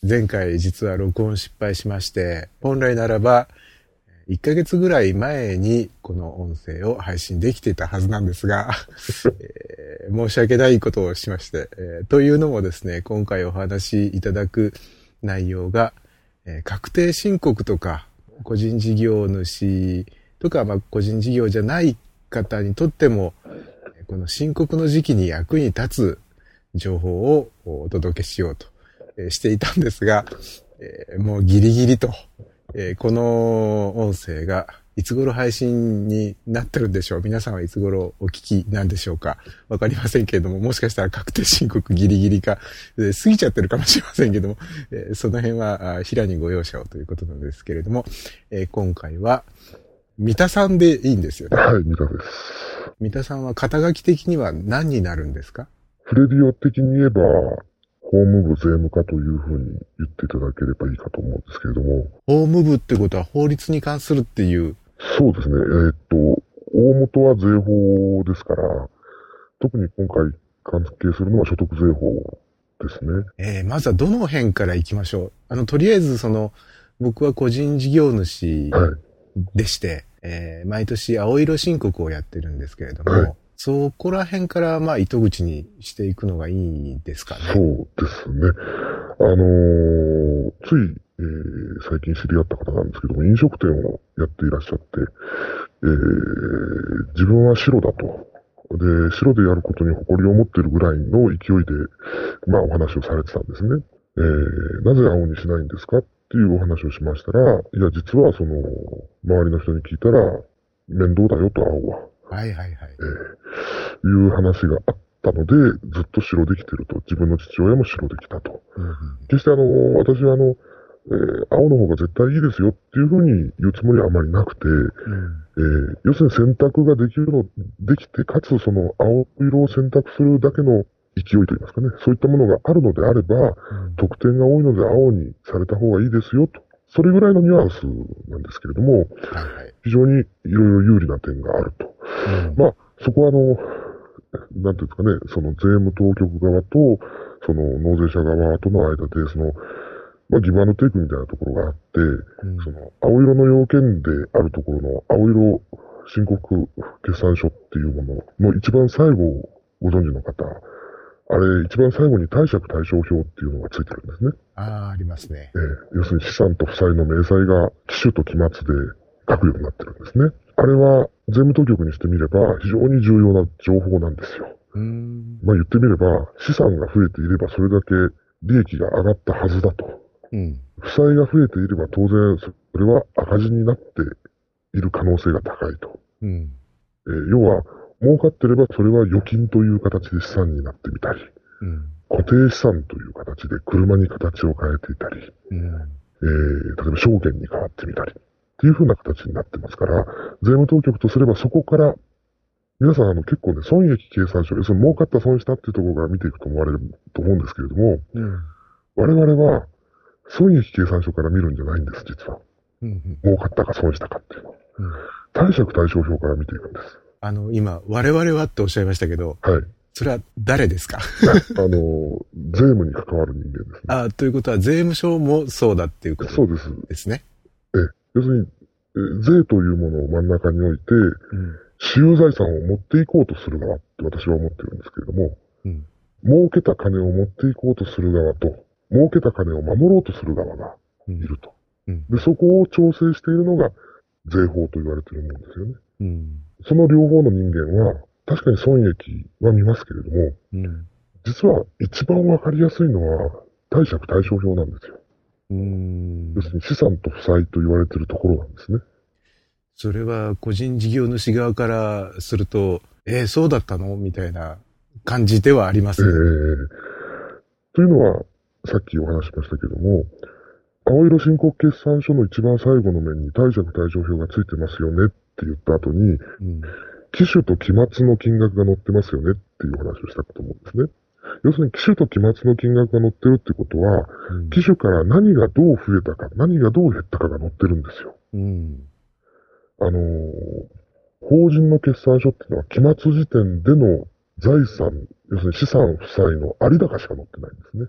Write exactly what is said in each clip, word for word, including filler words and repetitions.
前回実は録音失敗しまして、本来ならばいっかげつぐらい前にこの音声を配信できていたはずなんですが、えー、申し訳ないことをしまして、えー、というのもですね、今回お話しいただく内容が、えー、確定申告とか個人事業主とか、まあ、個人事業じゃない方にとってもこの申告の時期に役に立つ情報をお届けしようとしていたんですが、えー、もうギリギリと、えー、この音声がいつ頃配信になってるんでしょう。皆さんはいつ頃お聞きなんでしょうか。わかりませんけれども、もしかしたら確定申告ギリギリか、えー、過ぎちゃってるかもしれませんけれども、えー、その辺は平にご容赦をということなんですけれども、えー、今回は三田さんでいいんですよね。 はい、三田です。 三田さんは肩書き的には何になるんですか？ フレディオ的に言えば、法務部税務課というふうに言っていただければいいかと思うんですけれども。 法務部ってことは法律に関するっていう。 そうですね。えー、っと、大元は税法ですから、特に今回関係するのは所得税法ですね。 えー、まずはどの辺から行きましょう。あの、とりあえずその、僕は個人事業主でして、はい、えー、毎年青色申告をやってるんですけれども、はい、そこら辺からまあ糸口にしていくのがいいですかね。 そうですね。あのー、つい、えー、最近知り合った方なんですけども、飲食店をやっていらっしゃって、えー、自分は白だと。で、白でやることに誇りを持っているぐらいの勢いで、まあお話をされてたんですね。えー、なぜ青にしないんですかっていうお話をしましたら、いや、実はその、周りの人に聞いたら、面倒だよと青は。 はいはいはい。 えー、いう話があったので、ずっと白できてると。自分の父親も白できたと。うんうん、決してあの、私はあの、えー、青の方が絶対いいですよっていうふうに言うつもりはあまりなくて、うんえー、要するに選択ができるの、できて、かつその青色を選択するだけの勢いといいますかね、そういったものがあるのであれば、うん、得点が多いので青にされた方がいいですよと。それぐらいのニュアンスなんですけれども、はいはい、非常にいろいろ有利な点があると。うん、まあ、そこはあの、なんていうんですかね、その税務当局側と、その納税者側との間で、その、まあ、ギブアンドテイクみたいなところがあって、うん、その、青色の要件であるところの青色申告決算書っていうものの一番最後をご存知の方、あれ、一番最後に貸借対照表っていうのがついてるんですね。 ああ、ありますね。 えー、要するに資産と負債の明細が期首と期末で書くようになってるんですね。あれは税務当局にしてみれば非常に重要な情報なんですよ。うーんまあ言ってみれば資産が増えていればそれだけ利益が上がったはずだと。うん、負債が増えていれば当然それは赤字になっている可能性が高いと。うんえー、要は儲かってればそれは預金という形で資産になってみたり、うん、固定資産という形で車に形を変えていたり、うんえー、例えば証券に変わってみたりっていう風な形になってますから、税務当局とすればそこから皆さんあの結構ね、損益計算書、要するに儲かった損したっていうところから見ていくと思われると思うんですけれども、うん、我々は損益計算書から見るんじゃないんです、実は。うんうん、儲かったか損したかっていうの。うん、貸借対照表から見ていくんです。 あの、今、我々はっておっしゃいましたけど、はい。それは誰ですか？ あの、税務に関わる人間ですね。 あということは、税務署もそうだっていうことですね。そうです。ですね。 え、要するに、え税というものを真ん中に置いて、うん、私有財産を持っていこうとする側って私は思ってるんですけれども、うん、儲けた金を持っていこうとする側と、儲けた金を守ろうとする側がいると。うん、で、そこを調整しているのが税法と言われているものですよね。うん、その両方の人間は、確かに損益は見ますけれども、うん、実は一番わかりやすいのは貸借対照表なんですよ。うーん要するに資産と負債と言われているところなんですね。 それは個人事業主側からすると、えー、そうだったのみたいな感じではありますね。えー、 というのは、さっきお話しましたけども、青色申告決算書の一番最後の面に貸借対照表がついてますよねって言った後に、うん期首と期末の金額が載ってますよねっていう話をしたかと思うんですね。要するに期首と期末の金額が載ってるってことは、うん、期首から何がどう増えたか、何がどう減ったかが載ってるんですよ。うん、あのー、法人の決算書っていうのは期末時点での財産、要するに資産負債の有高しか載ってないんですね。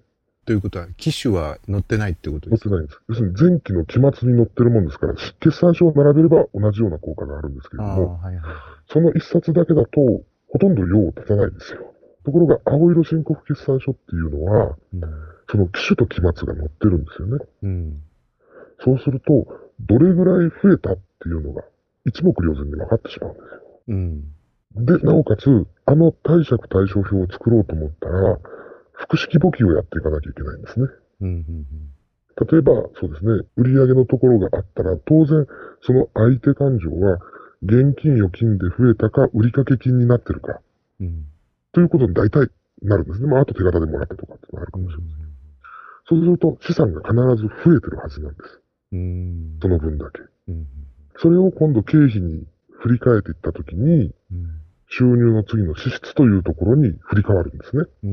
ということは、機種は載ってないってことですか？ 載ってないんです。要するに前期の期末に載ってるもんですから、決算書を並べれば同じような効果があるんですけれども、はいはい、その一冊だけだとほとんど用を立たないんですよ。ところが、青色申告決算書っていうのは、うん、その機種と期末が載ってるんですよね。うん、そうすると、どれぐらい増えたっていうのが一目瞭然に分かってしまうんですよ。うん、で、なおかつ、あの貸借対照表を作ろうと思ったら、複式簿記をやっていかなきゃいけないんですね。うんうんうん、例えば、そうですね、売上のところがあったら、当然、その相手勘定は、現金預金で増えたか、売掛金になってるか、うん、ということに大体なるんですね。まあ、あと手形でもらったとかってのがあるかもしれません。うん、そうすると、資産が必ず増えてるはずなんです。うん、その分だけ、うん。それを今度経費に振り替えていったときに、うん、収入の次の支出というところに振り替わるんですね。うん、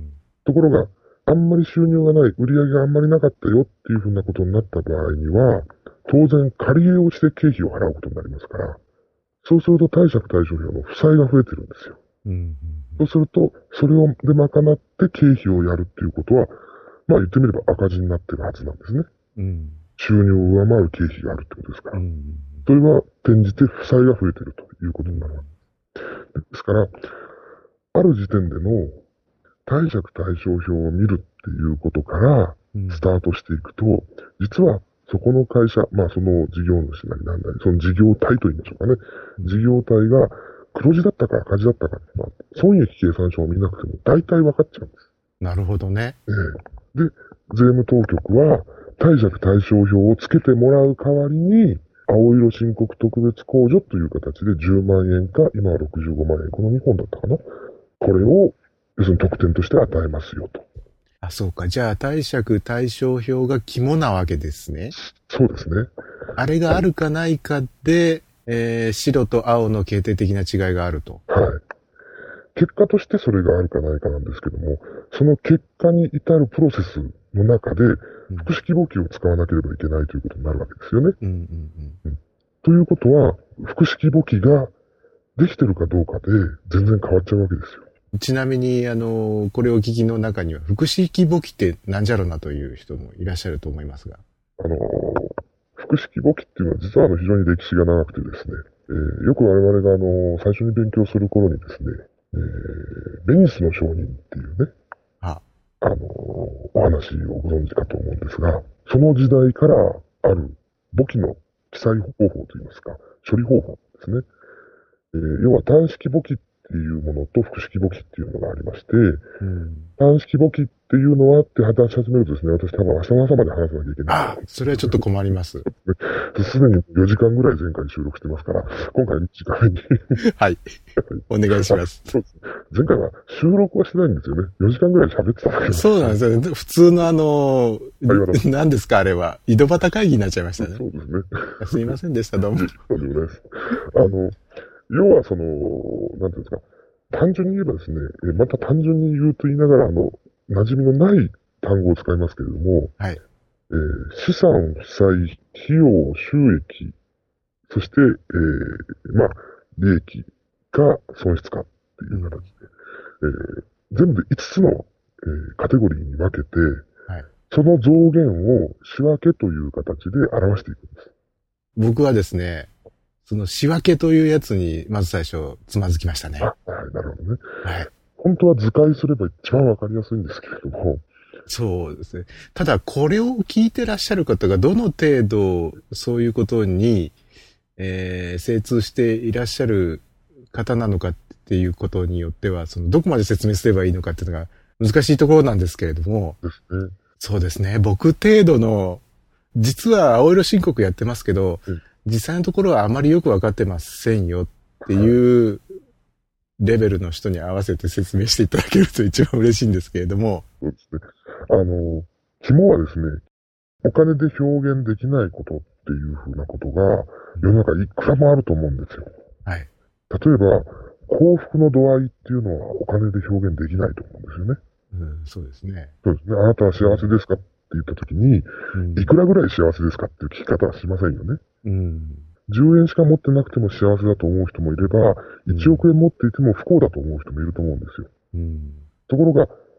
ところが、あんまり収入がない、売上があんまりなかったよっていうふうなことになった場合には、当然借り入れをして経費を払うことになりますから、そうすると貸借対照表の負債が増えてるんですよ。うんうんうん、そうすると、それをで賄って経費をやるっていうことは、まあ言ってみれば赤字になってるはずなんですね。うん、収入を上回る経費があるってことですから。うんうん、それは転じて負債が増えてるということになるわけです。ですから、ある時点での貸借対照表を見るっていうことからスタートしていくと、うん、実はそこの会社、まあその事業主なりなんなり、その事業体と言いましょうかね。うん、事業体が黒字だったか赤字だったか、まあ、損益計算書を見なくても大体分かっちゃうんです。 なるほどね。 ええ、で、税務当局は貸借対照表をつけてもらう代わりに、青色申告特別控除という形でじゅうまんえんか、今はろくじゅうごまんえん、このにほんだったかな。これを要するに特典として与えますよと。 あ、そうか。じゃあ、貸借対照表が肝なわけですね。 そうですね。 あれがあるかないかで、えー、白と青の決定的な違いがあると。 はい。結果としてそれがあるかないかなんですけども、その結果に至るプロセスの中で、複式簿記を使わなければいけないということになるわけですよね。うんうんうんうん、ということは、複式簿記ができてるかどうかで全然変わっちゃうわけですよ。 ちなみに、あの、これをお聞きの中には、複式簿記ってなんじゃろなという人もいらっしゃると思いますが。 あの、複式簿記っていうのは実はあの非常に歴史が長くてですね、えー、よく我々があの、最初に勉強する頃にですね、えー、ベニスの商人っていうね、あ、あの、お話をご存知かと思うんですが、その時代からある簿記の記載方法といいますか、処理方法ですね。えー、要は単式簿記っていうものと複式簿記っていうのがありまして、うん、単式簿記っていうのはって話し始めるとですね、私多分明日の朝まで話さなきゃいけない。 あ、それはちょっと困ります。 すでによじかんぐらい前回収録してますから、今回短めに。 はい。お願いします。 そうです。前回は収録はしてないんですよね。よじかんぐらい喋ってただけ。 そうなんですよね。普通のあの、何ですかあれは。井戸端会議になっちゃいましたね。 そうですね。 すいませんでした、どうも。 そうでもないです。あの、要はその、なんていうんですか、単純に言えばですね、また単純に言うと言いながら、あの、馴染みのない単語を使いますけれども、はい。えー、資産、負債、費用、収益、そして、えー、まあ、利益か損失かっていう形で、うんえー、全部でいつつの、えー、カテゴリーに分けて、はい、その増減を仕分けという形で表していくんです。 僕はですね、その仕分けというやつに、まず最初、つまずきましたね。 あ、はい、なるほどね。はい。本当は図解すれば一番わかりやすいんですけれども。 そうですね。ただ、これを聞いてらっしゃる方がどの程度、そういうことに、えー、精通していらっしゃる方なのかっていうことによっては、その、どこまで説明すればいいのかっていうのが難しいところなんですけれども。ですね。そうですね。僕程度の、実は青色申告やってますけど、うん実際のところはあまりよくわかってませんよっていうレベルの人に合わせて説明していただけると一番嬉しいんですけれども。 そうですね。あの、肝はですね、お金で表現できないことっていうふうなことが世の中いくらもあると思うんですよ。はい。例えば、幸福の度合いっていうのはお金で表現できないと思うんですよね。 うん、そうですね。 そうですね。あなたは幸せですかって言ったときに、うん、いくらぐらい幸せですかっていう聞き方はしませんよね。うん、じゅうえんしか持ってなくても幸せだと思う人もいれば、いちおくえん持っていても不幸だと思う人もいると思うんですよ。うん、ところが、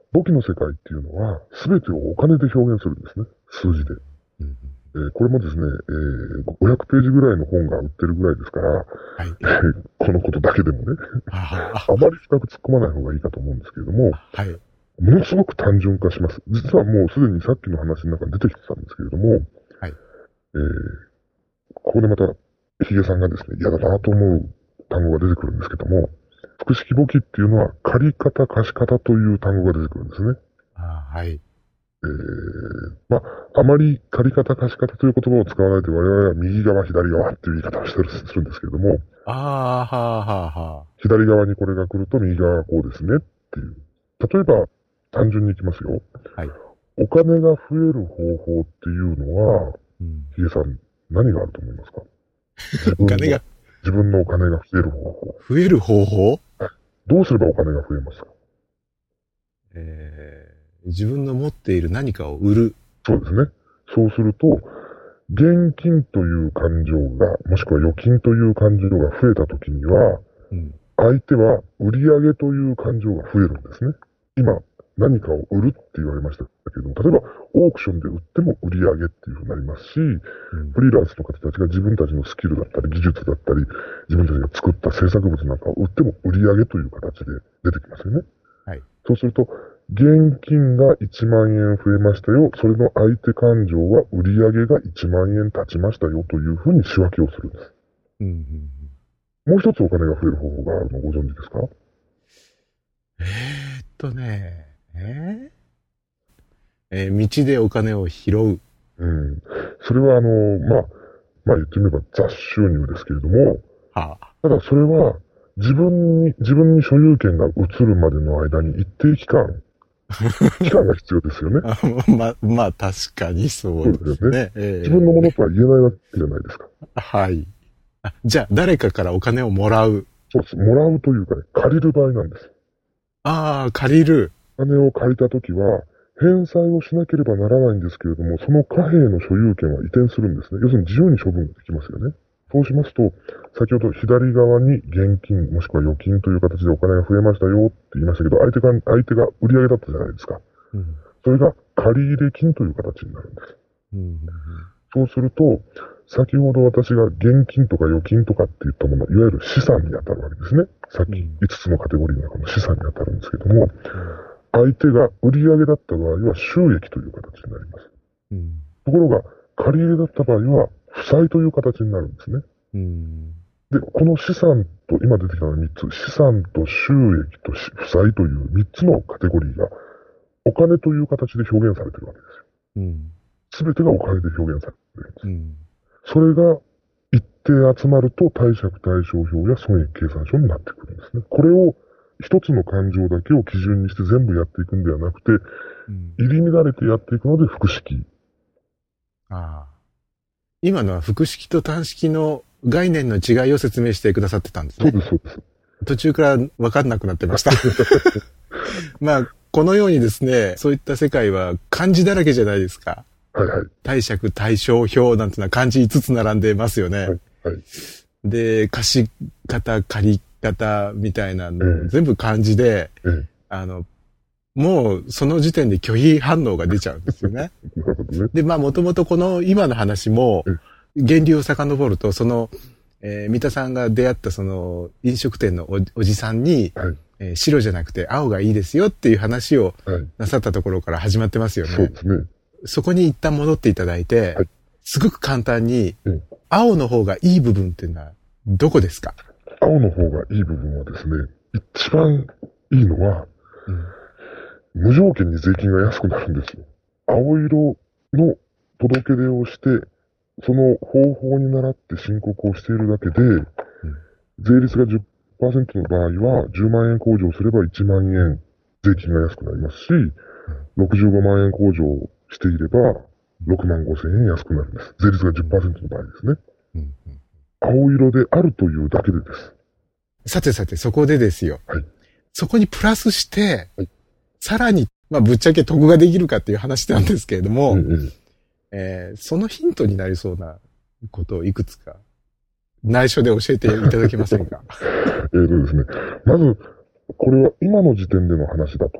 簿記の世界っていうのは、すべてをお金で表現するんですね。数字で。うんえー、これもですね、えー、ごひゃくページぐらいの本が売ってるぐらいですから、はい、このことだけでもね、あまり深く突っ込まない方がいいかと思うんですけれども、はい、ものすごく単純化します。実はもうすでにさっきの話の中に出てきてたんですけれども、はいえー、ここでまたヒゲさんがですね、嫌だなと思う単語が出てくるんですけども、複式簿記っていうのは借方貸方という単語が出てくるんですね。あはい。えー、まあ、あまり借方貸方という言葉を使わないで我々は右側左側っていう言い方をしたりするんですけれども、ああ、はあ、はあ、はあ。左側にこれが来ると右側がこうですねっていう。例えば、単純にいきますよ。はい。お金が増える方法っていうのは、うん、ヒゲさん、何があると思いますか？お金が自分のお金が増える方法。 増える方法？ どうすればお金が増えますか？ えー、自分の持っている何かを売る。 そうですね。そうすると、現金という感情が、もしくは預金という感情が増えたときには、うん、相手は売上という感情が増えるんですね。今、何かを売るって言われましたけれども、例えばオークションで売っても売り上げっていうふうになりますし、うん、フリーランスの方たちが自分たちのスキルだったり技術だったり、自分たちが作った制作物なんかを売っても売り上げという形で出てきますよね。はい。そうすると、現金がいちまんえん増えましたよ。それの相手感情は売り上げがいちまんえん経ちましたよというふうに仕分けをするんです。うんうんうん、もう一つお金が増える方法があるのをご存知ですか？ えーっとね、えー、えー、道でお金を拾う。 うん。それはあの、まあ、まあ言ってみれば雑収入ですけれども、はあ、ただそれは自分に、自分に所有権が移るまでの間に一定期間、期間が必要ですよね。 あま、まあ確かにそうですね。そうですよね、 えー。自分のものとは言えないわけじゃないですか。 はい。あじゃあ誰かからお金をもらう。 そうです。もらうというかね、借りる場合なんです。 ああ、借りる。 お金を借りたときは、返済をしなければならないんですけれども、その貨幣の所有権は移転するんですね。要するに自由に処分ができますよね。そうしますと、先ほど左側に現金もしくは預金という形でお金が増えましたよって言いましたけど、相手が、相手が売り上げだったじゃないですか。うん、それが借入金という形になるんです。うん、そうすると、先ほど私が現金とか預金とかって言ったものは、いわゆる資産に当たるわけですね。さっきいつつのカテゴリーの中の資産に当たるんですけども、うん、相手が売り上げだった場合は収益という形になります。うん、ところが、借り入れだった場合は、負債という形になるんですね。うん、で、この資産と、今出てきたのはみっつ、資産と収益と負債というみっつのカテゴリーが、お金という形で表現されているわけですよ。すべ、うん、てがお金で表現されているんです。うん、それが一定集まると貸借対照表や損益計算書になってくるんですね。これを一つの感情だけを基準にして全部やっていくんではなくて、うん、入り乱れてやっていくので複式。 ああ。今のは複式と単式の概念の違いを説明してくださってたんですね。 そうです、そうです。 途中から分かんなくなってました。まあ、このようにですね、そういった世界は漢字だらけじゃないですか。はいはい。貸借対照表なんてのは漢字いつつ並んでますよね。はい。はい、で、貸方、借り方みたいなの、えー、全部漢字で、えー、あの、もうその時点で拒否反応が出ちゃうんですよね。なるほどね。で、まあもともとこの今の話も、源流を遡ると、その、えー、三田さんが出会ったその飲食店の お, おじさんに、はいえー、白じゃなくて青がいいですよっていう話をなさったところから始まってますよね。はい、そうですね。そこに一旦戻っていただいて、はい、すごく簡単に、うん、青の方がいい部分っていうのはどこですか？ 青の方がいい部分はですね、一番いいのは、うん無条件に税金が安くなるんですよ。青色の届け出をして、その方法に倣って申告をしているだけで、うん、税率が じゅっパーセント の場合はじゅうまんえん控除すればいちまんえん税金が安くなりますし、うん、ろくじゅうごまんえん控除していればろくまんごせんえん安くなるんです。税率が じゅっパーセント の場合ですね。うんうん、青色であるというだけでです。 さてさて、そこでですよ。はい、そこにプラスして、はいさらに、まあ、ぶっちゃけ得ができるかっていう話なんですけれども、うんうんえー、そのヒントになりそうなことをいくつか内緒で教えていただけませんか？ えーとですね、まず、これは今の時点での話だと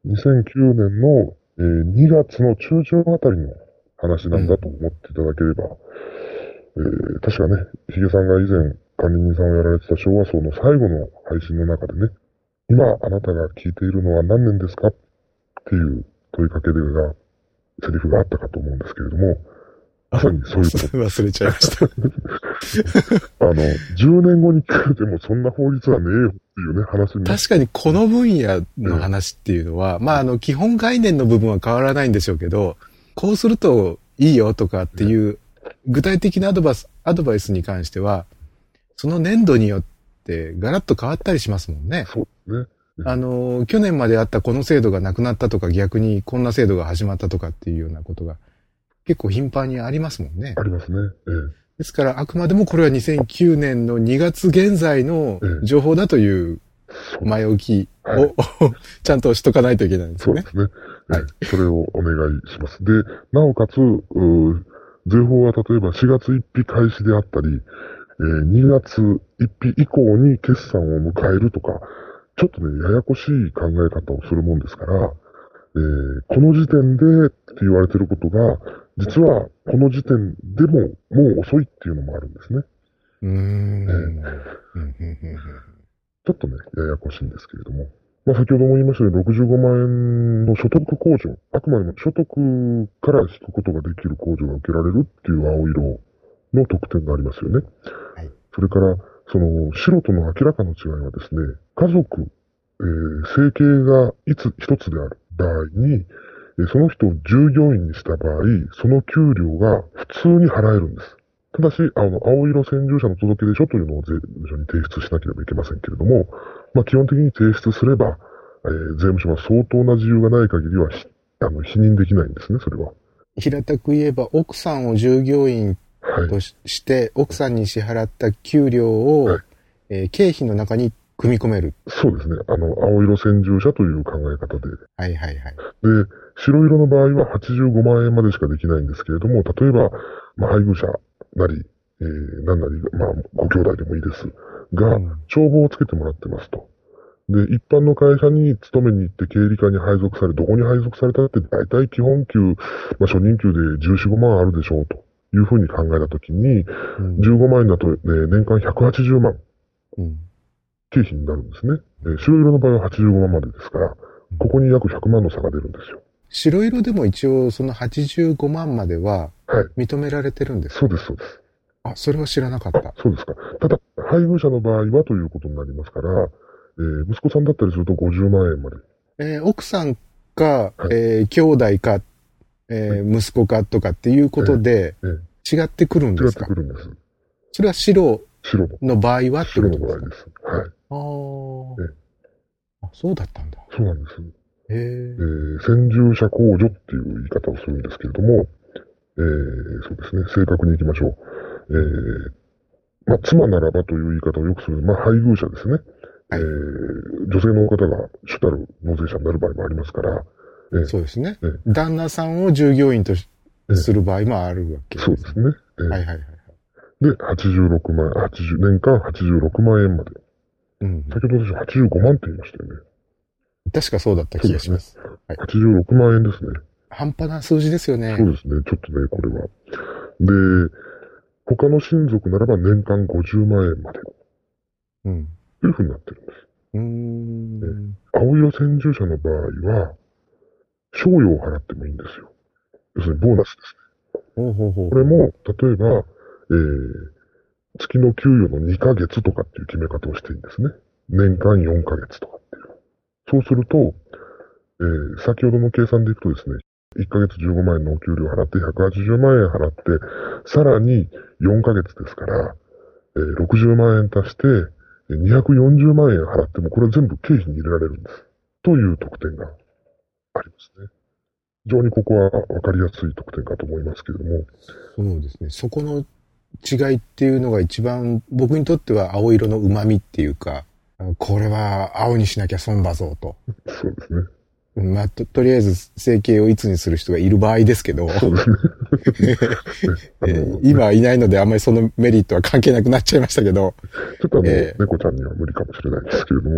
にせんきゅうねんの、えー、にがつの中旬あたりの話なんだと思っていただければ、うんえー、確かね、ヒゲさんが以前管理人さんをやられてた昭和層の最後の配信の中でね、今あなたが聞いているのは何年ですかっていう問いかけでが、セリフがあったかと思うんですけれども、まさにそういうこと。 忘れちゃいました。 あの、じゅうねんごに聞いてもそんな法律はねえよっていうね、話に。 確かにこの分野の話っていうのは、うん、まあ、あの、基本概念の部分は変わらないんでしょうけど、こうするといいよとかっていう、具体的なアドバイス、アドバイスに関しては、その年度によってガラッと変わったりしますもんね。 そうですね。 あの、去年まであったこの制度がなくなったとか逆にこんな制度が始まったとかっていうようなことが結構頻繁にありますもんね。 ありますね。ええ、 ですからあくまでもこれはにせんきゅうねんのにがつ現在の情報だという前置きを、はい、ちゃんとしとかないといけないんですよね。 そうですね。はい。それをお願いします。で、なおかつ、税法は例えばしがつついたち開始であったり、えー、にがつついたち以降に決算を迎えるとか、ちょっとね、ややこしい考え方をするもんですから、えー、この時点でって言われていることが、実はこの時点でももう遅いっていうのもあるんですね。 うーん、えー、ちょっとね、ややこしいんですけれども。まあ先ほども言いましたようにろくじゅうごまん円の所得控除、あくまでも所得から引くことができる控除が受けられるっていう青色の特典がありますよね。はい、それから、その、白との明らかな違いはですね、家族、えー、生計がいつ一つである場合に、その人を従業員にした場合、その給料が普通に払えるんです。ただし、あの、青色先住者の届け出書というのを税務署に提出しなければいけませんけれども、まあ、基本的に提出すれば、えー、税務署は相当な事由がない限りは、あの、否認できないんですね、それは。 平たく言えば、奥さんを従業員として、はい、奥さんに支払った給料を、はい、えー、経費の中に組み込める。 そうですね。あの、青色先住者という考え方で。 はいはいはい。 で、白色の場合ははちじゅうごまん円までしかできないんですけれども、例えば、まあ、配偶者なり、えー、何なり、まあ、ご兄弟でもいいですが、うん、帳簿をつけてもらってますと。で、一般の会社に勤めに行って経理課に配属され、どこに配属されたって大体基本給、まあ、初任給でじゅうよん、ごまんあるでしょうというふうに考えたときに、うん、じゅうごまん円だと、ね、年間ひゃくはちじゅうまん。うん経費になるんですね。えー、白色の場合ははちじゅうごまんまでですから、ここに約ひゃくまんの差が出るんですよ。 白色でも一応そのはちじゅうごまんまでは認められてるんですか？ はい、そうです、そうです。 あ、それは知らなかった。 そうですか。ただ、配偶者の場合はということになりますから、えー、息子さんだったりするとごじゅうまん円まで。 えー、奥さんか、はい、えー、兄弟か、えーはい、息子かとかっていうことで、えーえー、違ってくるんですか？ 違ってくるんです。 それは白の場合はってことですか？ 白の場合です。はい。 ああ、そうだったんだ。 そうなんです。 へえー、先住者控除っていう言い方をするんですけれども、えー、そうですね、正確に行きましょう。えー、まあ、妻ならばという言い方をよくする、まあ、配偶者ですね。はい、えー、女性の方が主たる納税者になる場合もありますから、 えー、そうですね、えー。旦那さんを従業員とする場合もあるわけです、 ね。そうですね。 えー、はいはいはい。 で、はちじゅうろくまん、はちじゅう年間はちじゅうろくまん円まで。うん、先ほど私はちじゅうごまんって言いましたよね。 確かそうだった気がします。 そうですね。はい、はちじゅうろくまん円ですね。 半端な数字ですよね。 そうですね。ちょっとね、これは。で、他の親族ならば年間ごじゅうまん円まで。うん。というふうになってるんです。うーん。青色先住者の場合は、賞与を払ってもいいんですよ。要するにボーナスですね。ほうほうほう。これも、例えば、えー、月の給与のにかげつとかっていう決め方をしていいんですね。年間よんかげつとかっていう。そうすると、えー、先ほどの計算でいくとですね、いっかげつじゅうごまん円のお給料払ってひゃくはちじゅうまん円払って、さらによんかげつですから、えー、ろくじゅうまん円足してにひゃくよんじゅうまん円払っても、これ全部経費に入れられるんです。という特典がありますね。非常にここは分かりやすい特典かと思いますけれども。 そうですね。そこの違いっていうのが一番僕にとっては青色の旨味っていうか、これは青にしなきゃ損だぞと。 そうですね。 まあ、と、とりあえず生計をいつにする人がいる場合ですけど、そうですね。今はいないのであんまりそのメリットは関係なくなっちゃいましたけど。 ちょっとあの、えー、猫ちゃんには無理かもしれないですけれども。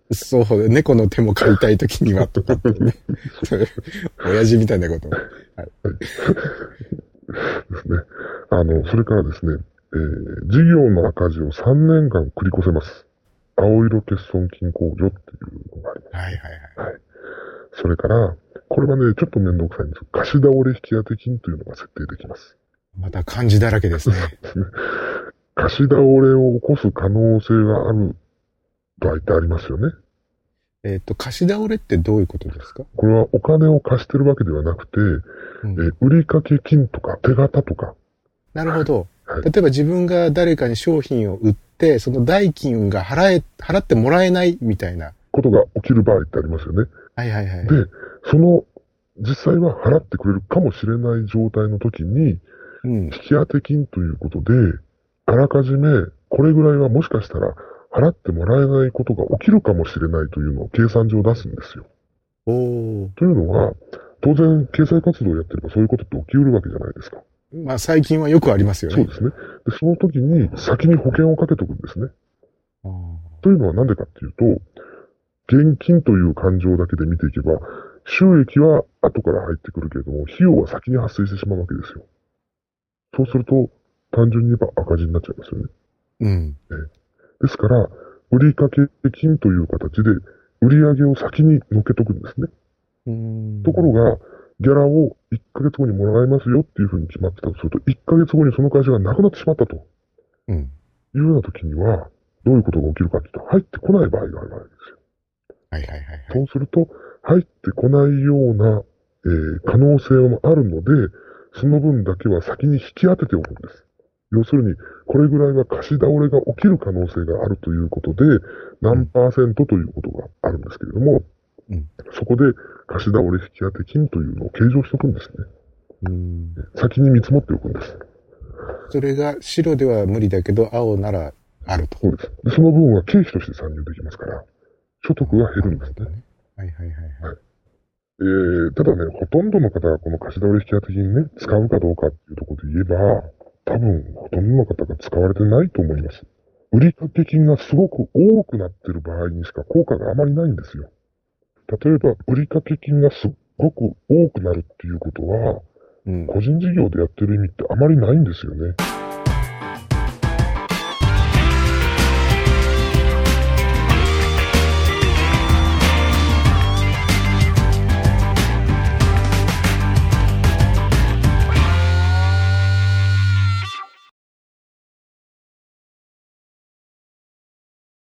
そう、猫の手も借りたいときにはとかってね。親父みたいなこと。はい。はい、 ですね。あの、それからですね、えー、事業の赤字をさんねんかん繰り越せます。青色欠損金控除っていうのがあります。 はいはいはい。 はい。それから、これはね、ちょっとめんどくさいんです。貸し倒れ引き当て金というのが設定できます。 また漢字だらけですね。 ですね。貸し倒れを起こす可能性がある場合ってありますよね。 えっと、貸し倒れってどういうことですか？ これはお金を貸してるわけではなくて、うん、え売掛金とか手形とか。 なるほど。はい、例えば自分が誰かに商品を売って、その代金が払え、払ってもらえないみたいな。 ことが起きる場合ってありますよね。 はいはいはい。 で、その、実際は払ってくれるかもしれない状態の時に、うん、引き当て金ということで、あらかじめこれぐらいはもしかしたら払ってもらえないことが起きるかもしれないというのを計算上出すんですよ。 おというのは、当然経済活動をやってればそういうことって起きうるわけじゃないですか。 まあ最近はよくありますよね。 そうですね。で、その時に先に保険をかけておくんですね。というのはなんでかっていうと、現金という感情だけで見ていけば、収益は後から入ってくるけれども、費用は先に発生してしまうわけですよ。そうすると、単純に言えば赤字になっちゃいますよね。 うん。 ですから、売掛金という形で、売り上げを先に乗っけとくんですね。 うんところが、ギャラをいっかげつごにもらえますよっていうふうに決まってたとすると、いっかげつごにその会社がなくなってしまったと。 うん。 いうような時には、どういうことが起きるかっていうと、入ってこない場合があるわけですよ。 はいはいはい、はい。 そうすると、入ってこないような、えー、可能性もあるので、その分だけは先に引き当てておくんです。要するに、これぐらいは貸し倒れが起きる可能性があるということで、何パーセントということがあるんですけれども、うん、そこで貸し倒れ引き当て金というのを計上しておくんですね。 うん、 先に見積もっておくんです。 それが白では無理だけど、青ならあると。 そうです。でその分は経費として参入できますから、所得が減るんですね。 はいはいはいはい。はいえー、ただね、ほとんどの方がこの貸し倒れ引き当て金ね、使うかどうかっていうところで言えば、多分、ほとんどの方が使われてないと思います。売掛金がすごく多くなっている場合にしか効果があまりないんですよ。例えば、売掛金がすっごく多くなるっていうことは、うん、個人事業でやってる意味ってあまりないんですよね。